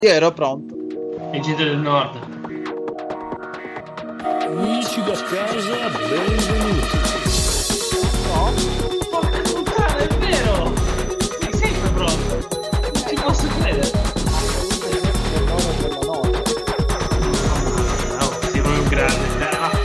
Io ero pronto. E gente del nord. Amici da casa, benvenuti. No? Porca puttana, è vero! Sei sempre pronto. Non ci posso credere. No, sei proprio un grande.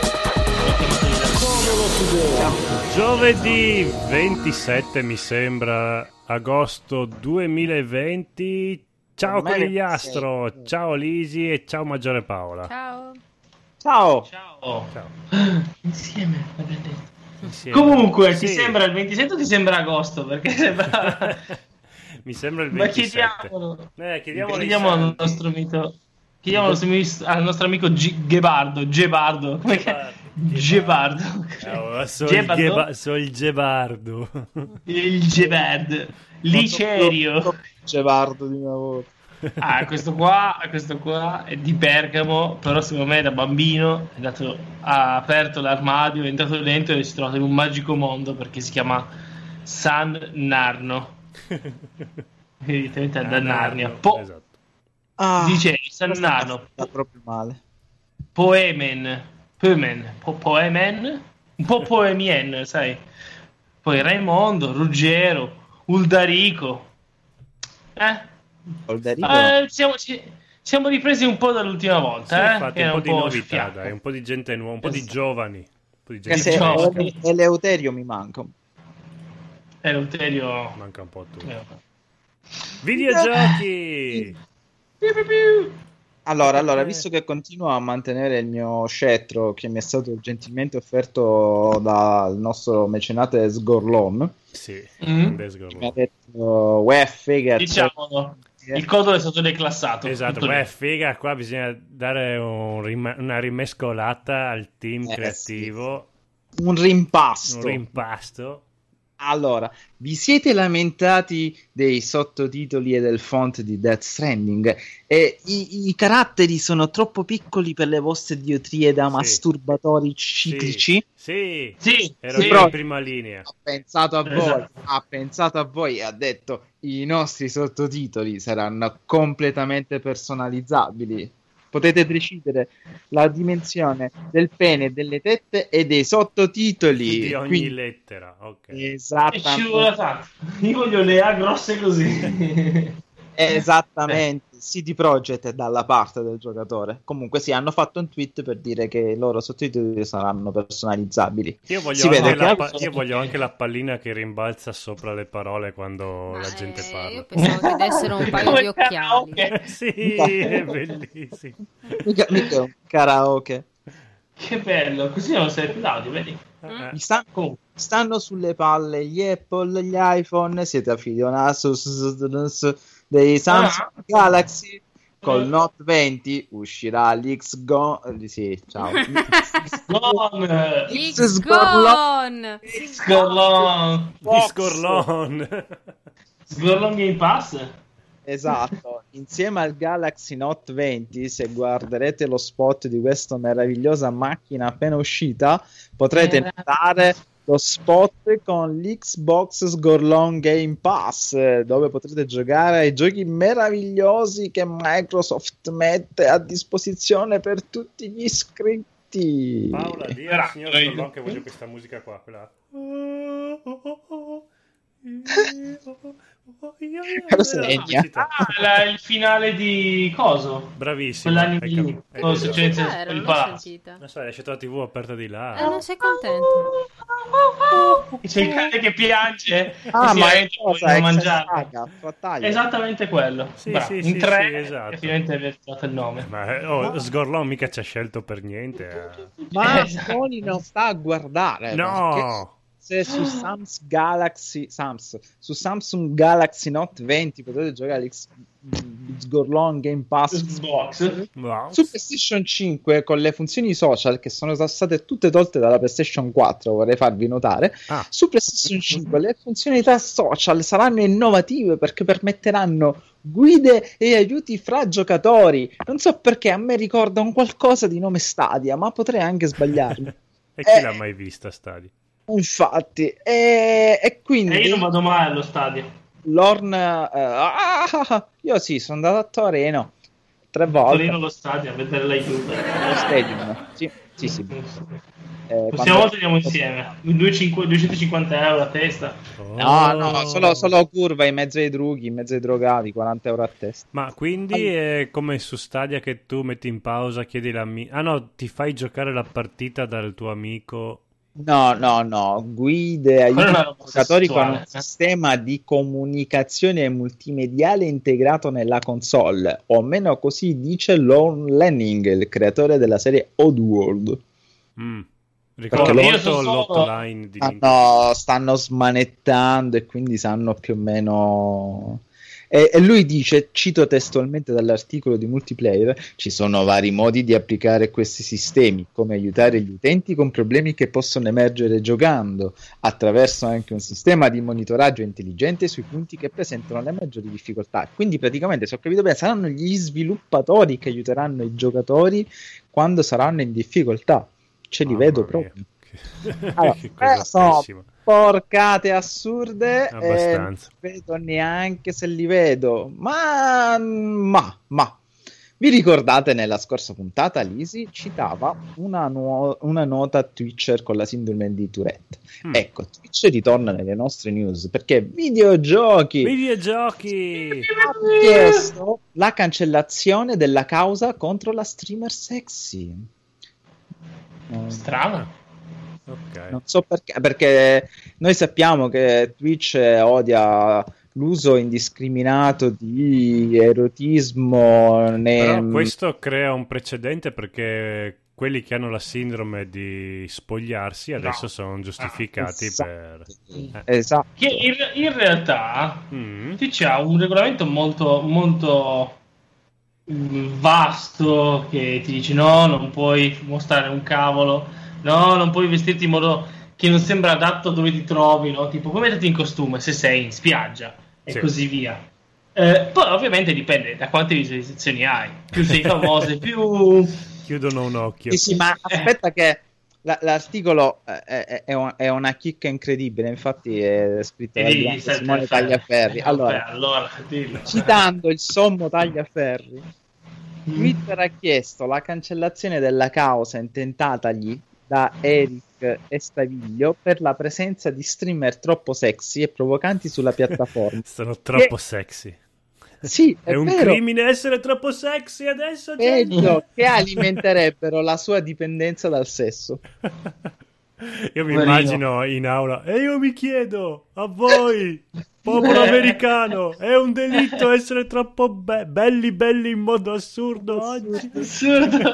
Giovedì 27 mi sembra, agosto 2020. Ciao Conigliastro, ciao Lisi e ciao Maggiore Paola. Ciao. Ciao. Ciao. Ciao. Insieme, l'abbiamo detto. Insieme. Comunque, Sì. ti sembra il 27 o ti sembra agosto? Perché sembra... Mi sembra il Ma 27. chiediamo al nostro mito. Chiediamo al nostro amico Gebardo. Come Gebardo. Sono il Gebardo. Il Gebardo. Licerio. Gebardo di una volta. Ah, questo qua è di Bergamo, però secondo me da bambino ha aperto l'armadio, è entrato dentro e si è trovato in un magico mondo perché si chiama San Narno. Evidentemente è da Narnia. Esatto. Dice San Narno. Sta proprio male. Poemen, un po' poemien, sai. Poi Raimondo, Ruggero, Uldarico. Siamo ripresi un po' dall'ultima volta. Infatti, un po' di novità, dai, un po' di gente nuova, un po' di giovani. Eleuterio mi manca. Eleuterio manca un po' tutto. Videogiochi! Allora, visto che continuo a mantenere il mio scettro che mi è stato gentilmente offerto dal nostro mecenate Sgorlon, Sgorlon. mi ha detto figa, diciamolo, il codolo è stato declassato. Esatto, figa, qua bisogna dare una rimescolata al team creativo. Sì. Un rimpasto. Allora, vi siete lamentati dei sottotitoli e del font di Death Stranding e i caratteri sono troppo piccoli per le vostre diotrie da masturbatori ciclici? Sì. Ero io in prima linea. Ha pensato a voi e ha detto i nostri sottotitoli saranno completamente personalizzabili. Potete decidere la dimensione del pene e delle tette e dei sottotitoli di ogni lettera. Ok. Esattamente. Ci vuole tanto. Io voglio le A grosse così. Esattamente. CD Projekt è dalla parte del giocatore. Comunque hanno fatto un tweet per dire che i loro sottotitoli saranno personalizzabili. Io voglio anche la pallina che rimbalza sopra le parole quando la gente parla. Io pensavo che dessero un paio di occhiali. Sì, è bellissimo. Mica è un karaoke. Che bello, così non sei più l'audio, vedi? Mi stanno sulle palle gli Apple, gli iPhone, siete affidionati dei Samsung Galaxy. Col Note 20 uscirà l'X-Gone. Sì, ciao. Sgorlon Game Pass. Esatto, insieme al Galaxy Note 20, se guarderete lo spot di questa meravigliosa macchina appena uscita, potrete notare lo spot con l'Xbox Sgorlon Game Pass, dove potrete giocare ai giochi meravigliosi che Microsoft mette a disposizione per tutti gli iscritti. Paola, di al signor Sgorlon che voglio questa musica qua, quella. Il finale di Coso. Bravissimo. Quell'anno di Coso, il palazzo. Non so, lasciato la TV aperta di là. Non sei contento? C'è il cane che piange ma è cosa? Mangiare. Esattamente quello. In tre, esatto. Effettivamente avete dato il nome. Ma Sgorlon mica ci ha scelto per niente. Ma Sony non sta a guardare. No. Se su Samsung Galaxy Note 20 potete giocare Sgorlon Game Pass Xbox. Su PlayStation 5 con le funzioni social che sono state tutte tolte dalla PlayStation 4, vorrei farvi notare. Su PlayStation 5 le funzionalità social saranno innovative perché permetteranno guide e aiuti fra giocatori. Non so perché a me ricorda un qualcosa di nome Stadia, ma potrei anche sbagliarmi. E chi l'ha mai vista Stadia? Infatti, e quindi io non vado mai allo stadio. Io sì, sono andato a Torino. 3 volte. Torino lo stadio a vedere la Juve. Lo stadium. Sì. Prossima volta andiamo insieme. 250 euro a testa. No, solo curva in mezzo ai drughi, in mezzo ai drogati, 40 euro a testa. Ma quindi è come su Stadia che tu metti in pausa, chiedi l'amico... Ah no, ti fai giocare la partita dal tuo amico... No, guide ai giocatori con un sistema di comunicazione multimediale integrato nella console, o almeno così dice Lon Lanning, il creatore della serie Oddworld. Ricordo molto l'hotline di stanno smanettando e quindi sanno più o meno... E lui dice, cito testualmente dall'articolo di Multiplayer, ci sono vari modi di applicare questi sistemi, come aiutare gli utenti con problemi che possono emergere giocando, attraverso anche un sistema di monitoraggio intelligente sui punti che presentano le maggiori difficoltà. Quindi praticamente, se ho capito bene, saranno gli sviluppatori che aiuteranno i giocatori quando saranno in difficoltà. Ce li vedo proprio. Allora, sono porcate assurde, abbastanza. Non vedo neanche se li vedo, ma vi ricordate nella scorsa puntata Lisi citava una nota Twitcher con la sindrome di Tourette. Ecco, Twitch ritorna nelle nostre news perché videogiochi ha chiesto la cancellazione della causa contro la streamer sexy. Strano. Okay. Non so perché noi sappiamo che Twitch odia l'uso indiscriminato di erotismo. Però questo crea un precedente perché quelli che hanno la sindrome di spogliarsi adesso sono giustificati esatto. Che in realtà Twitch ha un regolamento molto, molto vasto che ti dice no, non puoi mostrare un cavolo. No, non puoi vestirti in modo che non sembra adatto a dove ti trovi, no? Tipo, puoi metterti in costume se sei in spiaggia e così via. Poi ovviamente dipende da quante visualizzazioni hai. Più sei famoso, più... Chiudono un occhio. Sì, ma aspetta che l'articolo è una chicca incredibile, infatti è scritto da Simone Tagliaferri. Allora, citando il sommo Tagliaferri, Twitter ha chiesto la cancellazione della causa intentatagli da Eric Estaviglio per la presenza di streamer troppo sexy e provocanti sulla piattaforma. Sono troppo sexy. Sì, è un vero. Crimine essere troppo sexy adesso. Peggio, che alimenterebbero la sua dipendenza dal sesso. Io mi immagino in aula e io mi chiedo a voi, popolo americano, è un delitto essere troppo belli in modo assurdo oggi? Assurdo.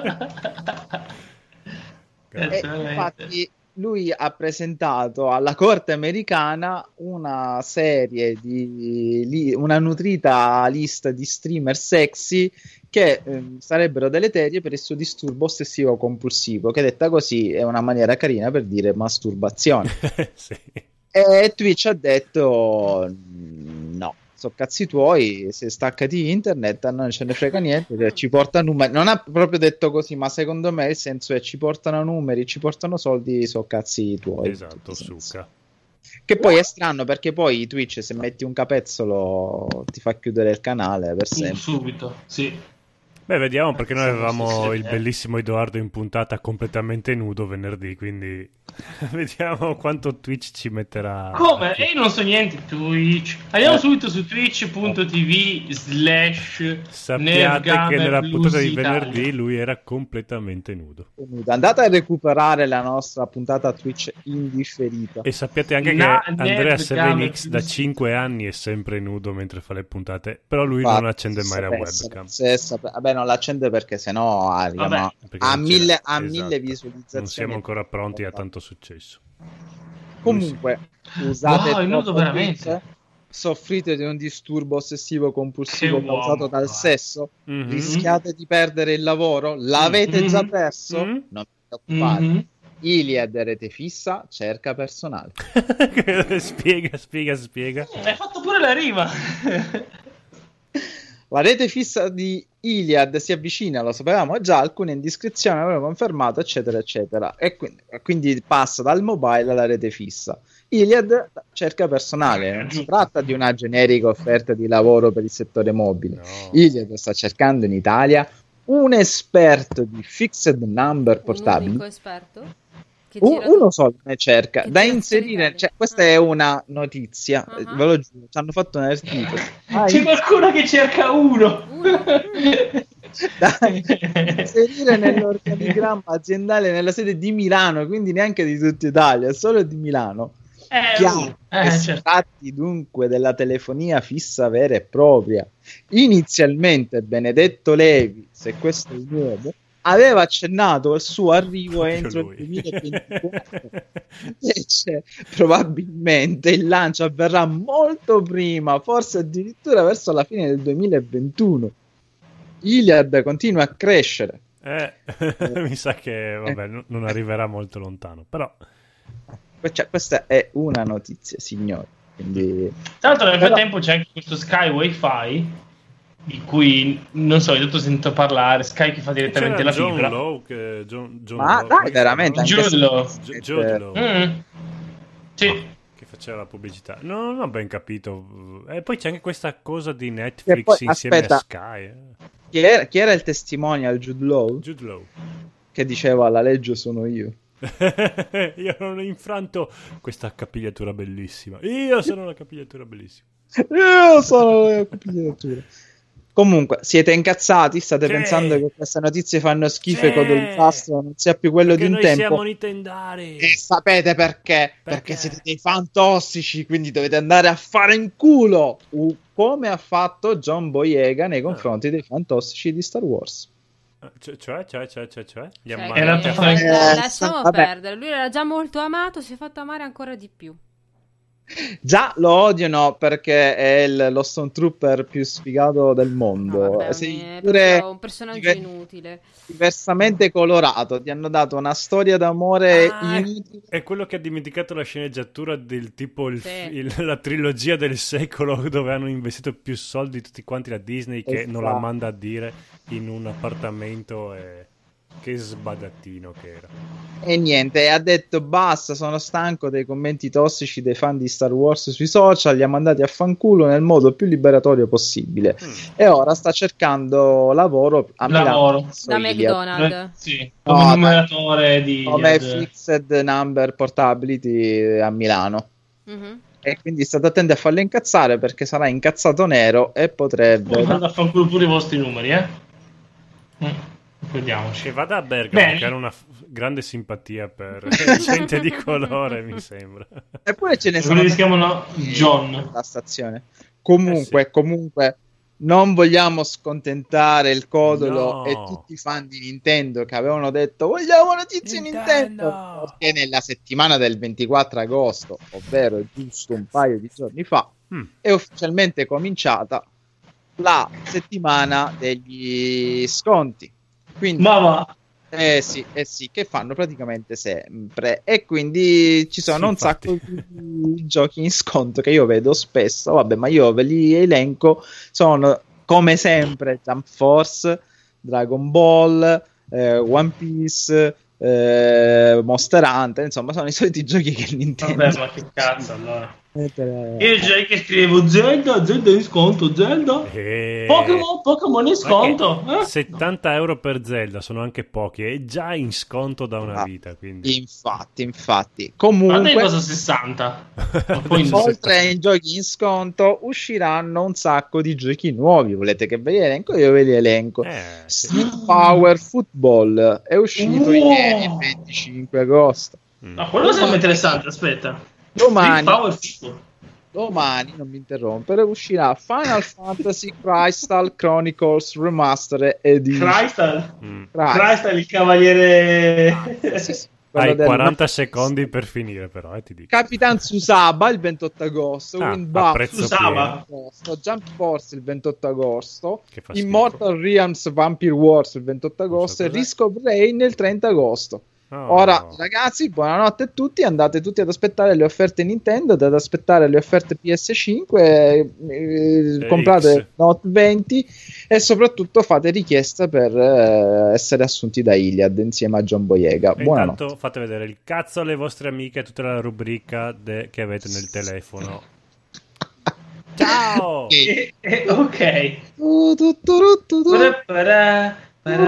Infatti lui ha presentato alla corte americana una serie una nutrita lista di streamer sexy che sarebbero deleterie per il suo disturbo ossessivo compulsivo, che detta così è una maniera carina per dire masturbazione. Sì. E Twitch ha detto no, so cazzi tuoi, se staccati internet non ce ne frega niente, cioè, ci porta numeri. Non ha proprio detto così, ma secondo me il senso è ci portano numeri, ci portano soldi, so cazzi tuoi. Esatto, succa. Che poi è strano perché poi Twitch se metti un capezzolo ti fa chiudere il canale per sempre. Subito, sì. Beh, vediamo, perché noi avevamo il bellissimo Edoardo in puntata completamente nudo venerdì, quindi vediamo quanto Twitch ci metterà. Come? E io non so niente Twitch. Andiamo subito su twitch.tv/ Sappiate che nella puntata di venerdì lui era completamente nudo. Andate a recuperare la nostra puntata Twitch indifferita. E sappiate anche che Andrea 7X da 5 anni è sempre nudo mentre fa le puntate, però lui non accende mai la webcam. Vabbè, non l'accende perché sennò arrivano a mille visualizzazioni. Non siamo ancora pronti a tanto successo. Comunque, usate è nudo veramente. Soffrite di un disturbo ossessivo compulsivo causato dal sesso, rischiate di perdere il lavoro, l'avete già perso, non vi preoccupate. Iliad Rete Fissa cerca personale. Spiega. Hai fatto pure la rima. La rete fissa di Iliad si avvicina, lo sapevamo già, alcune indiscrezioni avevano confermato, eccetera, eccetera. E quindi passa dal mobile alla rete fissa. Iliad cerca personale, non si tratta di una generica offerta di lavoro per il settore mobile. No. Iliad sta cercando in Italia un esperto di fixed number portabili. Un unico esperto? Che gira Uno solo ne cerca che da gira inserire, tutto cioè, in questa Italia. è una notizia, Uh-huh. ve lo giuro, ci hanno fatto un articolo. C'è qualcuno che cerca uno. Da inserire nell'organigramma aziendale nella sede di Milano, quindi neanche di tutta Italia, solo di Milano. Chiaro che si certo. tratti dunque della telefonia fissa vera e propria. Inizialmente Benedetto Levi, se questo è il nuovo, aveva accennato al suo arrivo entro il 2024. Invece probabilmente il lancio avverrà molto prima, forse addirittura verso la fine del 2021. Iliad continua a crescere. Mi sa che non arriverà molto lontano, però Cioè, questa è una notizia, signori. Quindi... Tra l'altro nel frattempo c'è anche questo Sky Wi-Fi di cui non so, ho detto sento parlare, Sky che fa direttamente c'era la John fibra. Lowe, Ma Lowe, dai, veramente, anche Jude se- Law. Jude Law, Sì. che faceva la pubblicità. Non ho ben capito. E poi c'è anche questa cosa di Che Netflix poi, insieme aspetta. a Sky. Chi era il testimonial Jude Law Jude Law. che diceva la legge sono io? Io non ho infranto questa capigliatura bellissima. Io sono una capigliatura bellissima. Io sono la capigliatura. Comunque, siete incazzati? State Sì. pensando che queste notizie fanno schifo e Sì. Codolfastro non sia più quello Perché di un noi tempo? siamo nintendari. E sapete perché? Perché? Perché siete dei fan tossici, quindi dovete andare a fare in culo, come ha fatto John Boyega nei confronti dei fan tossici di Star Wars. Cioè? Gli Cioè, ammazzi. Era che- per fare- lasciamo vabbè. perdere. Lui era già molto amato, si è fatto amare ancora di più. Già lo odiano perché è lo Stormtrooper più sfigato del No, mondo. vabbè, Sei è pure proprio un personaggio diver- inutile. diversamente colorato. Ti hanno dato una storia d'amore Ah, inutile. è quello che ha dimenticato la sceneggiatura del tipo Sì. la trilogia del secolo dove hanno investito più soldi tutti quanti la Disney che non la Esatto. manda a dire in un appartamento e... Che sbadatino che era. E niente, ha detto basta, sono stanco dei commenti tossici dei fan di Star Wars sui social, li ha mandati a fanculo nel modo più liberatorio possibile. E ora sta cercando lavoro a Lavoro. Milano. Da Iliad. McDonald's. Sì, come No, numeratore di Come Iliad. fixed number portability a Milano. Mhm. E quindi state attenti a farlo incazzare perché sarà incazzato nero e potrebbe... Guarda, fanculo pure i vostri numeri, Vediamoci. Che vada a Bergamo, Bene. che hanno una grande simpatia per gente di colore, mi sembra. Eppure ce ne sono... Quelli che si chiamano John. La stazione. Comunque, Sì. comunque, non vogliamo scontentare il Codolo No. e tutti i fan di Nintendo che avevano detto vogliamo notizie Nintendo! Nintendo, perché nella settimana del 24 agosto, ovvero giusto un paio di giorni fa, è ufficialmente cominciata la settimana degli sconti. Quindi, Ma va. sì, che fanno praticamente sempre. E quindi ci sono Sì, un sacco di giochi in sconto che io vedo spesso. Vabbè, ma io ve li elenco. Sono come sempre Jump Force, Dragon Ball, One Piece, Monster Hunter. Insomma, sono i soliti giochi che Nintendo. Vabbè, ma che cazzo allora. per- Io già che scrivevo Zelda in sconto, Zelda. Pokémon in sconto. Ma che 70 euro per Zelda sono anche pochi, è già in sconto da una vita, quindi. Infatti. Ma te Comunque, cosa 60? Ma poi oltre ai giochi in sconto, usciranno un sacco di giochi nuovi. Volete che ve li elenco? Io ve li elenco. Sì. Street Power Football è uscito ieri, il 25 agosto. Ma quello sembra interessante, aspetta. Domani, Street Power Football. non mi interrompere, uscirà Final Fantasy Crystal Chronicles Remastered Edition. Crystal. Crystal. Crystal il cavaliere. Sì, quello Hai del- 40 secondi per finire, però, ti dico. Capitan Tsubasa il 28 agosto, Ah, Wind a Buff prezzo il Tsubasa. 28 agosto, Jump Force il 28 agosto, Che fa schifo. Immortal Realms Vampire Wars il 28 agosto e cos'è? Risk of Rain il 30 agosto. Ora, ragazzi, buonanotte a tutti. Andate tutti ad aspettare le offerte Nintendo, ad aspettare le offerte PS5, comprate Note 20 e soprattutto fate richiesta per essere assunti da Iliad insieme a John Boyega. Buonanotte. Intanto fate vedere il cazzo alle vostre amiche tutta la rubrica che avete nel telefono. Ciao! Ok.